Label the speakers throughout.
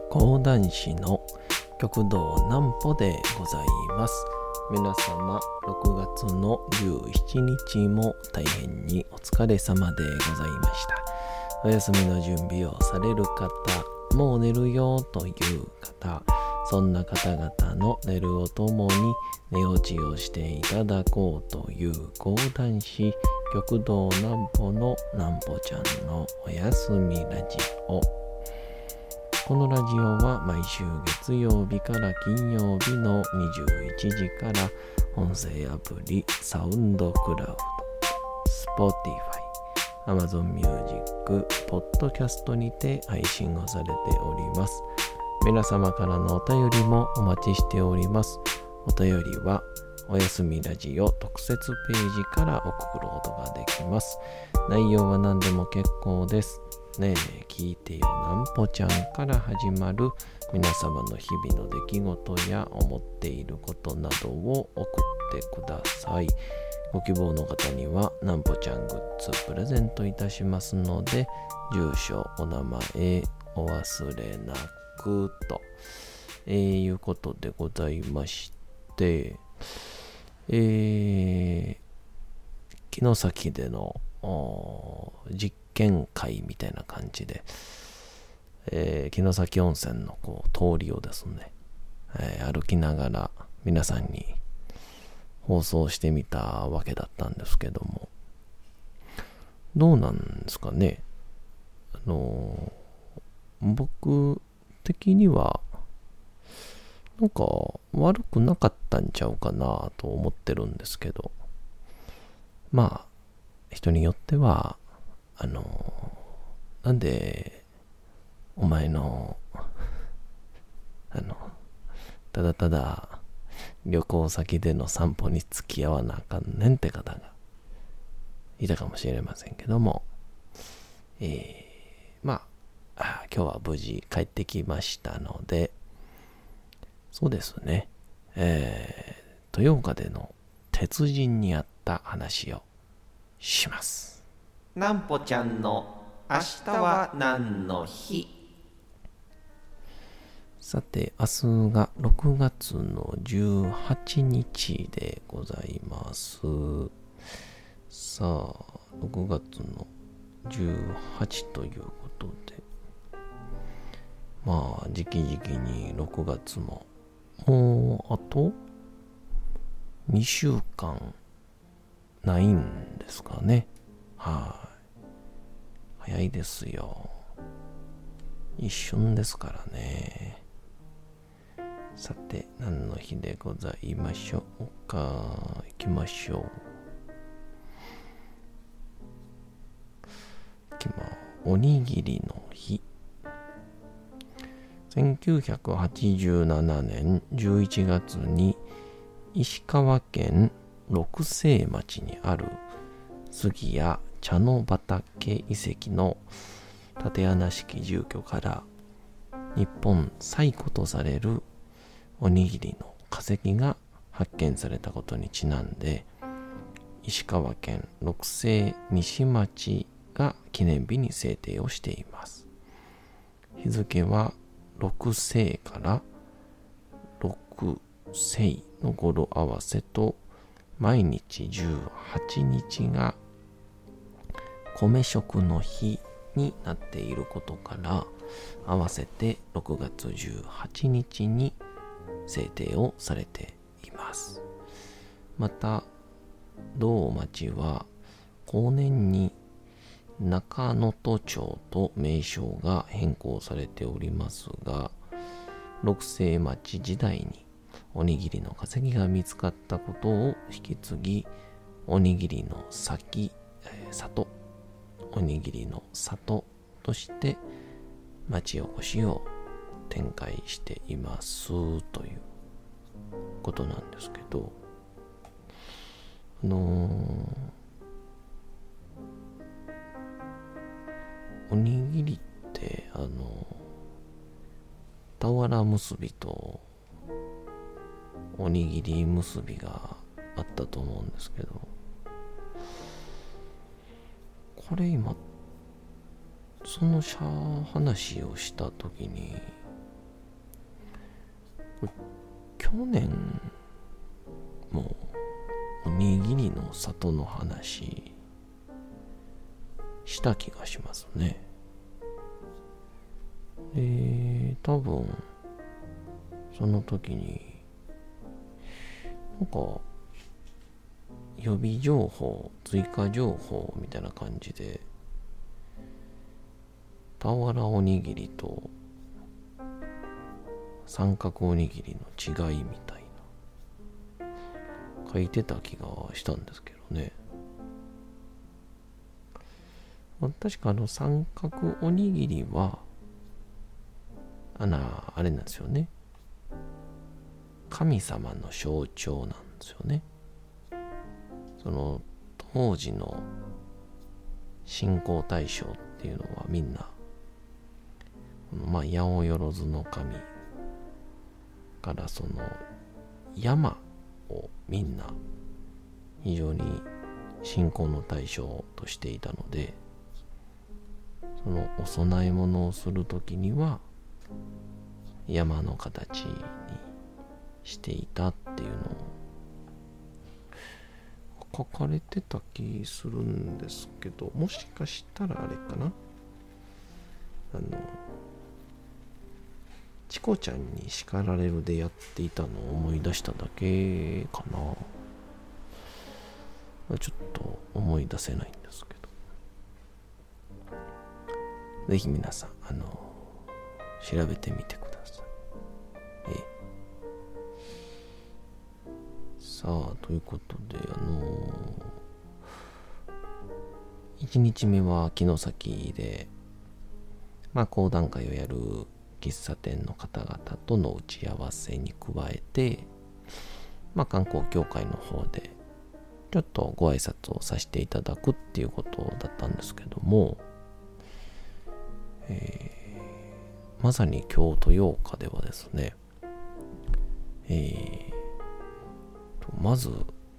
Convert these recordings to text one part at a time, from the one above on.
Speaker 1: 講談師の極道南歩でございます。皆様6月の17日も大変にお疲れ様でございました。お休みの準備をされる方、もう寝るよという方、そんな方々の寝るをともに寝落ちをしていただこうという講談師極道南歩の南歩ちゃんのおやすみラジオ。このラジオは毎週月曜日から金曜日の21時から音声アプリサウンドクラウド、Spotify、Amazon Music、Podcast にて配信をされております。皆様からのお便りもお待ちしております。お便りはおやすみラジオ特設ページから送ることができます。内容は何でも結構です。ねえ聞いてよなんぽちゃんから始まる皆様の日々の出来事や思っていることなどを送ってください。ご希望の方にはなんぽちゃんグッズプレゼントいたしますので、住所お名前お忘れなくと、いうことでございまして、城崎での実験会みたいな感じで、城崎温泉の通りをですね、歩きながら皆さんに放送してみたわけだったんですけども、どうなんですかね。僕的にはなんか悪くなかったんちゃうかなと思ってるんですけど、まあ人によってはなんでお前のただただ旅行先での散歩に付き合わなあかんねんって方がいたかもしれませんけども、まあ今日は無事帰ってきましたので、そうですね、豊岡での鉄人にあった話をします。
Speaker 2: なんぽちゃんの明日は何の日。
Speaker 1: さて、明日が6月の18日でございます。さあ、6月の18ということで、まあ、じきじきに6月も、もうあと2週間ないんですかね。はい、早いですよ。一瞬ですからね。さて、何の日でございましょうか。行きましょう。おにぎりの日。1987年11月に石川県六星町にある杉や茶の畑遺跡の竪穴式住居から日本最古とされるおにぎりの化石が発見されたことにちなんで、石川県六星西町が記念日に制定をしています。日付は六星から六星の語呂合わせと、毎日18日が米食の日になっていることから、合わせて6月18日に制定をされています。また同町は後年に中能登町と名称が変更されておりますが、六星町時代におにぎりの化石が見つかったことを引き継ぎ、おにぎりの里、おにぎりの里として町おこしを展開していますということなんですけど、おにぎりって俵結びとおにぎり結びがあったと思うんですけど、これ今その話をした時に去年もおにぎりの里の話した気がしますね。で、多分その時になんか予備情報、追加情報みたいな感じで俵おにぎりと三角おにぎりの違いみたいな書いてた気がしたんですけどね。確か三角おにぎりはあれなんですよね。神様の象徴なんですよね。その当時の信仰対象っていうのはみんな八百万の神からその山をみんな非常に信仰の対象としていたので、そのお供え物をするときには山の形にしていたっていうのを書かれてた気するんですけど、もしかしたらあれかな、チコちゃんに叱られるでやっていたのを思い出しただけかな。ちょっと思い出せないんですけど、ぜひ皆さん調べてみてください。さあ、ということで1日目は城崎で講談会をやる喫茶店の方々との打ち合わせに加えて、観光協会の方でちょっとご挨拶をさせていただくっていうことだったんですけども、まさに今日豊岡ではですね、まず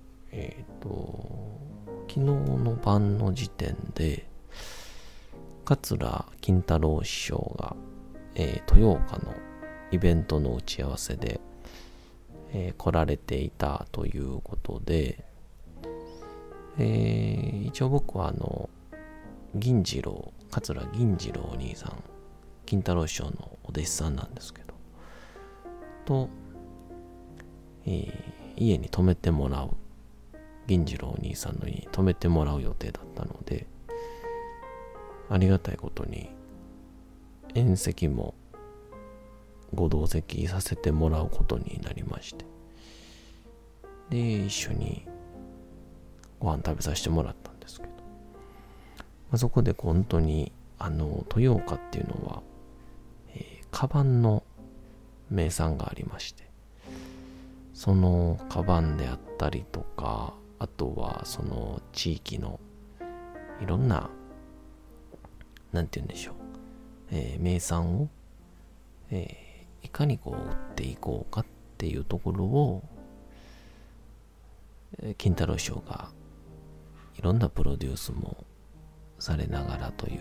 Speaker 1: 昨日の晩の時点で桂金太郎師匠が、豊岡のイベントの打ち合わせで、来られていたということで、一応僕は桂銀次郎お兄さん、金太郎師匠のお弟子さんなんですけどと、家に泊めてもらう、銀次郎お兄さんの家に泊めてもらう予定だったので、ありがたいことに宴席もご同席させてもらうことになりまして、で一緒にご飯食べさせてもらったんですけど、そこで本当に豊岡っていうのは、カバンの名産がありまして、そのカバンであったりとか、あとはその地域のいろんななんて言うんでしょう、名産を、いかに売っていこうかっていうところを、金太郎師匠がいろんなプロデュースもされながらという、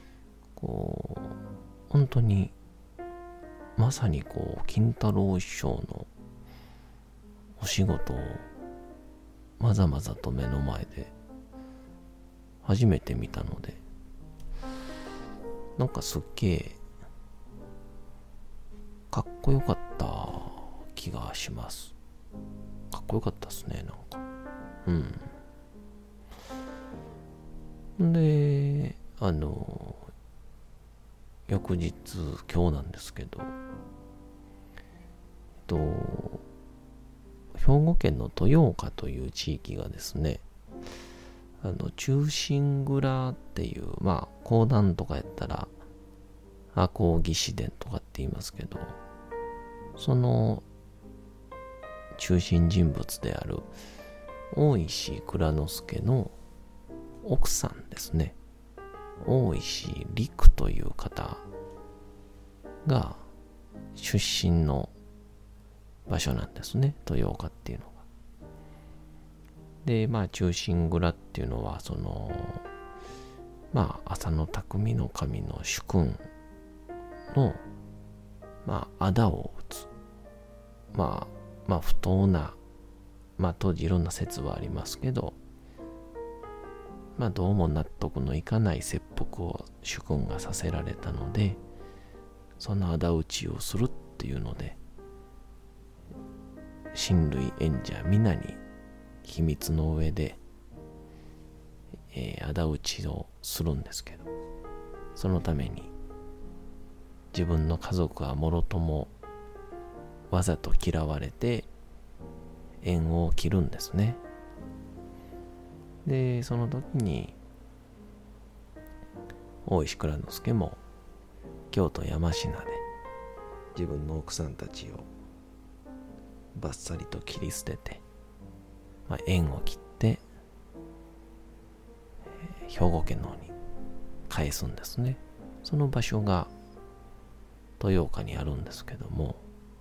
Speaker 1: 本当にまさに金太郎師匠のお仕事をまざまざと目の前で初めて見たので、なんかすっげえかっこよかった気がします。かっこよかったですね、なんか。で、翌日、今日なんですけど、兵庫県の豊岡という地域がですね、忠臣蔵っていう、講談とかやったら赤穂義士伝とかって言いますけど、その中心人物である大石内蔵助の奥さんですね、大石陸という方が出身の場所なんですね、豊岡っていうのが。で、忠臣蔵っていうのは浅野匠の神の主君の、仇を討つ不当な、当時いろんな説はありますけど、どうも納得のいかない切腹を主君がさせられたので、その仇討ちをするっていうので、親類縁者皆に秘密の上で、仇討ちをするんですけど、そのために自分の家族はもろともわざと嫌われて縁を切るんですね。で、その時に大石内蔵助も京都山科で自分の奥さんたちをバッサリと切り捨てて、縁を切って兵庫県の方に返すんですね。その場所が豊岡にあるんですけども、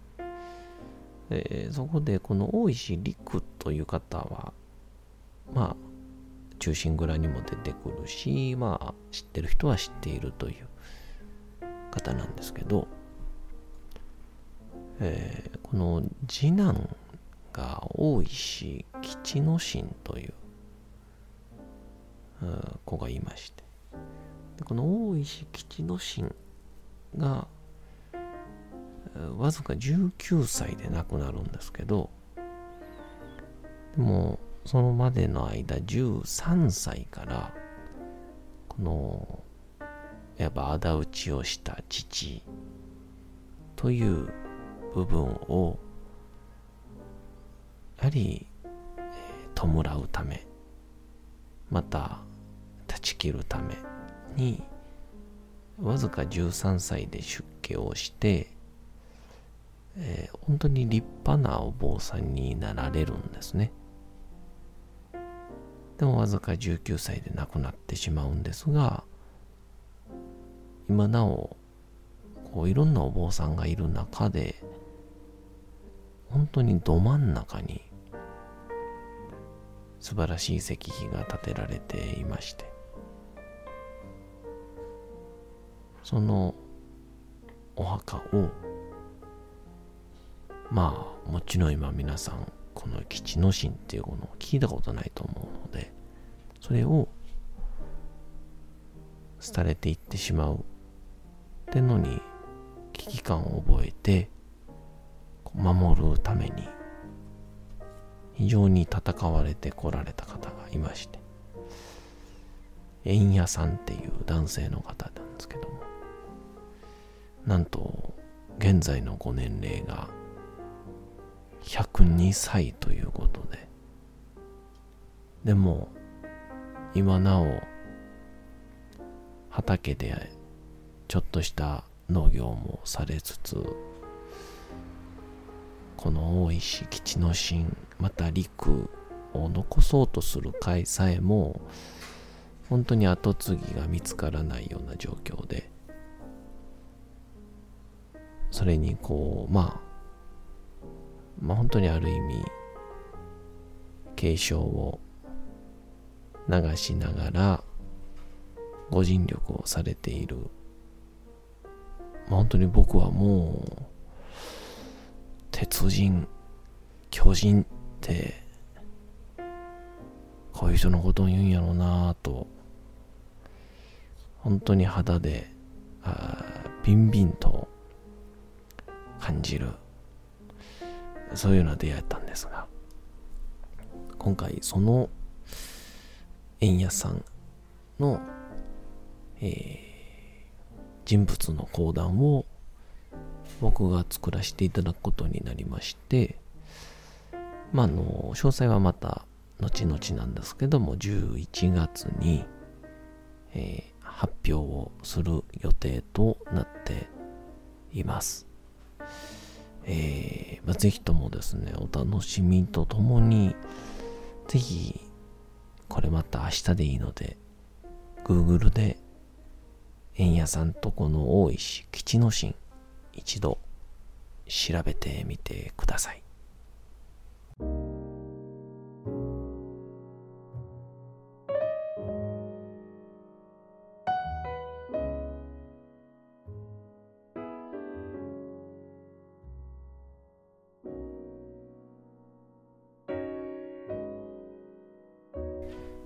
Speaker 1: そこでこの大石陸という方は忠臣蔵にも出てくるし、知ってる人は知っているという方なんですけど、この次男が大石吉之進という子がいまして、でこの大石吉之進がわずか19歳で亡くなるんですけど、でもそのまでの間13歳からこのやっぱ仇討ちをした父という部分をやはり弔うため、また断ち切るためにわずか13歳で出家をして、本当に立派なお坊さんになられるんですね。でもわずか19歳で亡くなってしまうんですが、今なおいろんなお坊さんがいる中で本当にど真ん中に素晴らしい石碑が建てられていまして、そのお墓をもちろん今皆さんこの吉之進っていうものを聞いたことないと思うので、それを廃れていってしまうってのに危機感を覚えて守るために非常に戦われてこられた方がいまして、円屋さんっていう男性の方なんですけども、なんと現在のご年齢が102歳ということで、でも今なお畑でちょっとした農業もされつつ、この大石吉之進また陸を残そうとする会さえも本当に後継ぎが見つからないような状況で、それに本当にある意味継承を流しながらご尽力をされている、本当に僕はもう鉄人巨人ってこういう人のことを言うんやろうなぁと、本当に肌でビンビンと感じる、そういうような出会いだったんですが、今回その円屋さんの、人物の講談を僕が作らせていただくことになりまして、詳細はまた後々なんですけども、11月に、発表をする予定となっています。ぜひともですね、お楽しみとともに、ぜひこれまた明日でいいので Google で円屋さんとこの大石吉之進一度調べてみてください。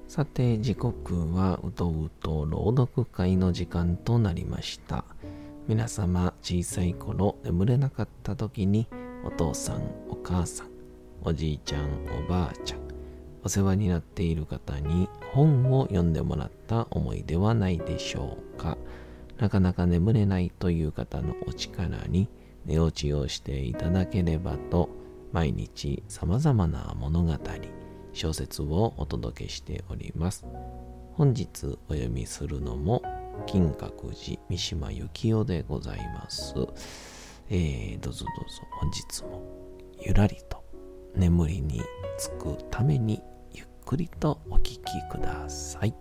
Speaker 1: さて、時刻はうとうと朗読会の時間となりました。皆様、小さい頃眠れなかった時にお父さん、お母さん、おじいちゃん、おばあちゃん、お世話になっている方に本を読んでもらった思い出はないでしょうか。なかなか眠れないという方のお力に寝落ちをしていただければと、毎日様々な物語、小説をお届けしております。本日お読みするのも金閣寺三島由紀夫でございます。どうぞどうぞ本日もゆらりと眠りにつくためにゆっくりとお聞きください。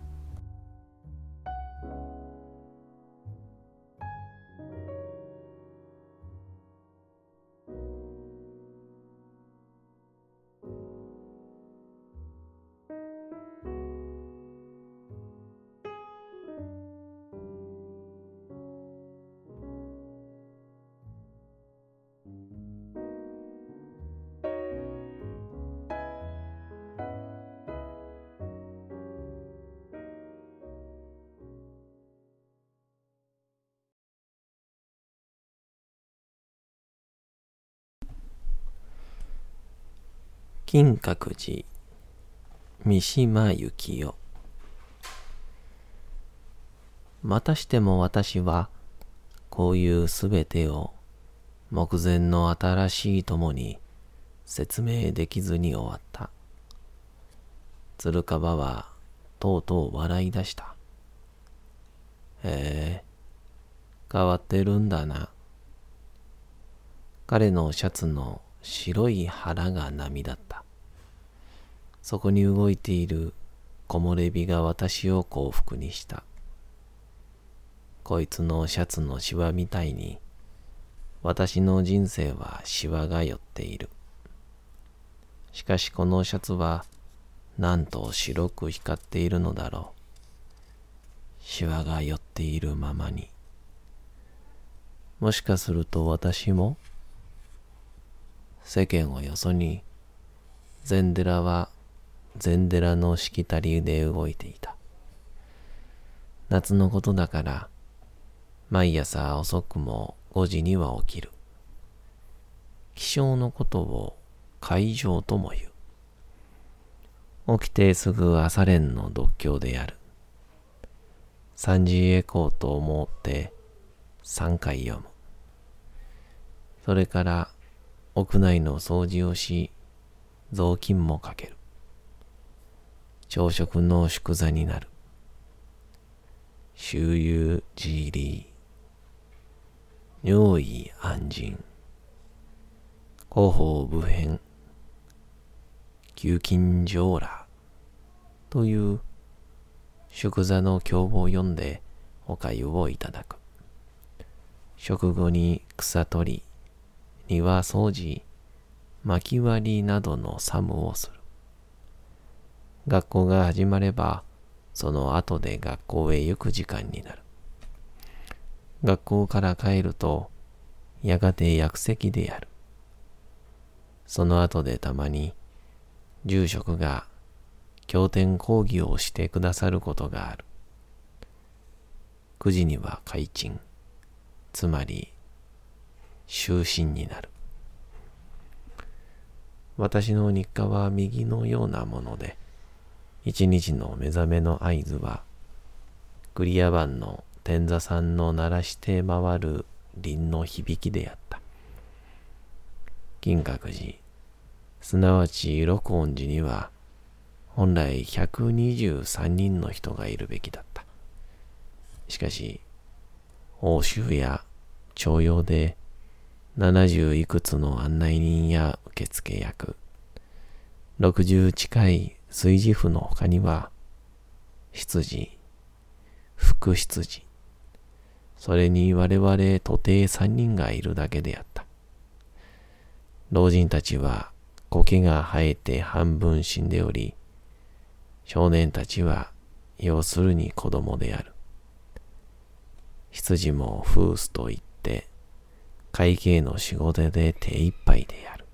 Speaker 1: 金閣寺三島由紀夫。またしても私はこういうすべてを目前の新しい友に説明できずに終わった。鶴川はとうとう笑い出した。変わってるんだな。彼のシャツの白い腹が波だった。そこに動いている木漏れ日が私を幸福にした。こいつのシャツのシワみたいに、私の人生はシワが寄っている。しかしこのシャツは、なんと白く光っているのだろう。シワが寄っているままに。もしかすると私も、世間をよそに、禅寺は禅寺のしきたりで動いていた。夏のことだから、毎朝遅くも5時には起きる。起床のことを開場とも言う。起きてすぐ朝練の読経である。3時へ行こうと思って3回読む。それから屋内の掃除をし、雑巾もかける。朝食の宿座になる。周遊自利、尿意安心、広報部編、求金上羅という宿座の経を読んでお粥をいただく。食後に草取り、庭掃除、薪割りなどの作務をする。学校が始まれば、その後で学校へ行く時間になる。学校から帰ると、やがて薬石である。その後でたまに、住職が経典講義をしてくださることがある。9時には開陳、つまり、就寝になる。私の日課は右のようなもので、一日の目覚めの合図は、クリア板の天座さんの鳴らして回る鈴の響きであった。金閣寺、すなわち六音寺には、本来123人の人がいるべきだった。しかし、欧州や徴用で70いくつの案内人や受付役、60近い炊事婦の他には、執事、副執事、それに我々徒弟3人がいるだけであった。老人たちは苔が生えて半分死んでおり、少年たちは要するに子供である。執事もフースと言って、会計の仕事で手一杯である。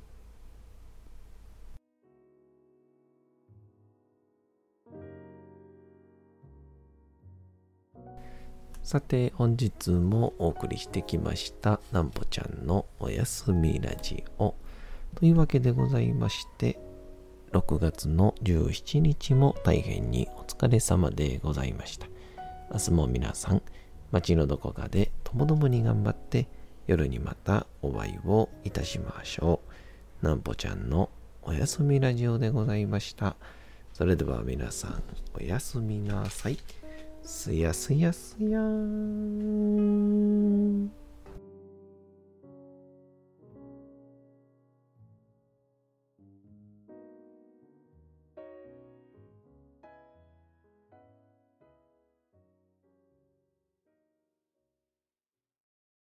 Speaker 1: さて本日もお送りしてきましたなんぽちゃんのおやすみラジオというわけでございまして、6月の17日も大変にお疲れ様でございました。明日も皆さん街のどこかでともどもに頑張って夜にまたお会いをいたしましょう。なんぽちゃんのおやすみラジオでございました。それでは皆さんおやすみなさい。すやすやすやーん。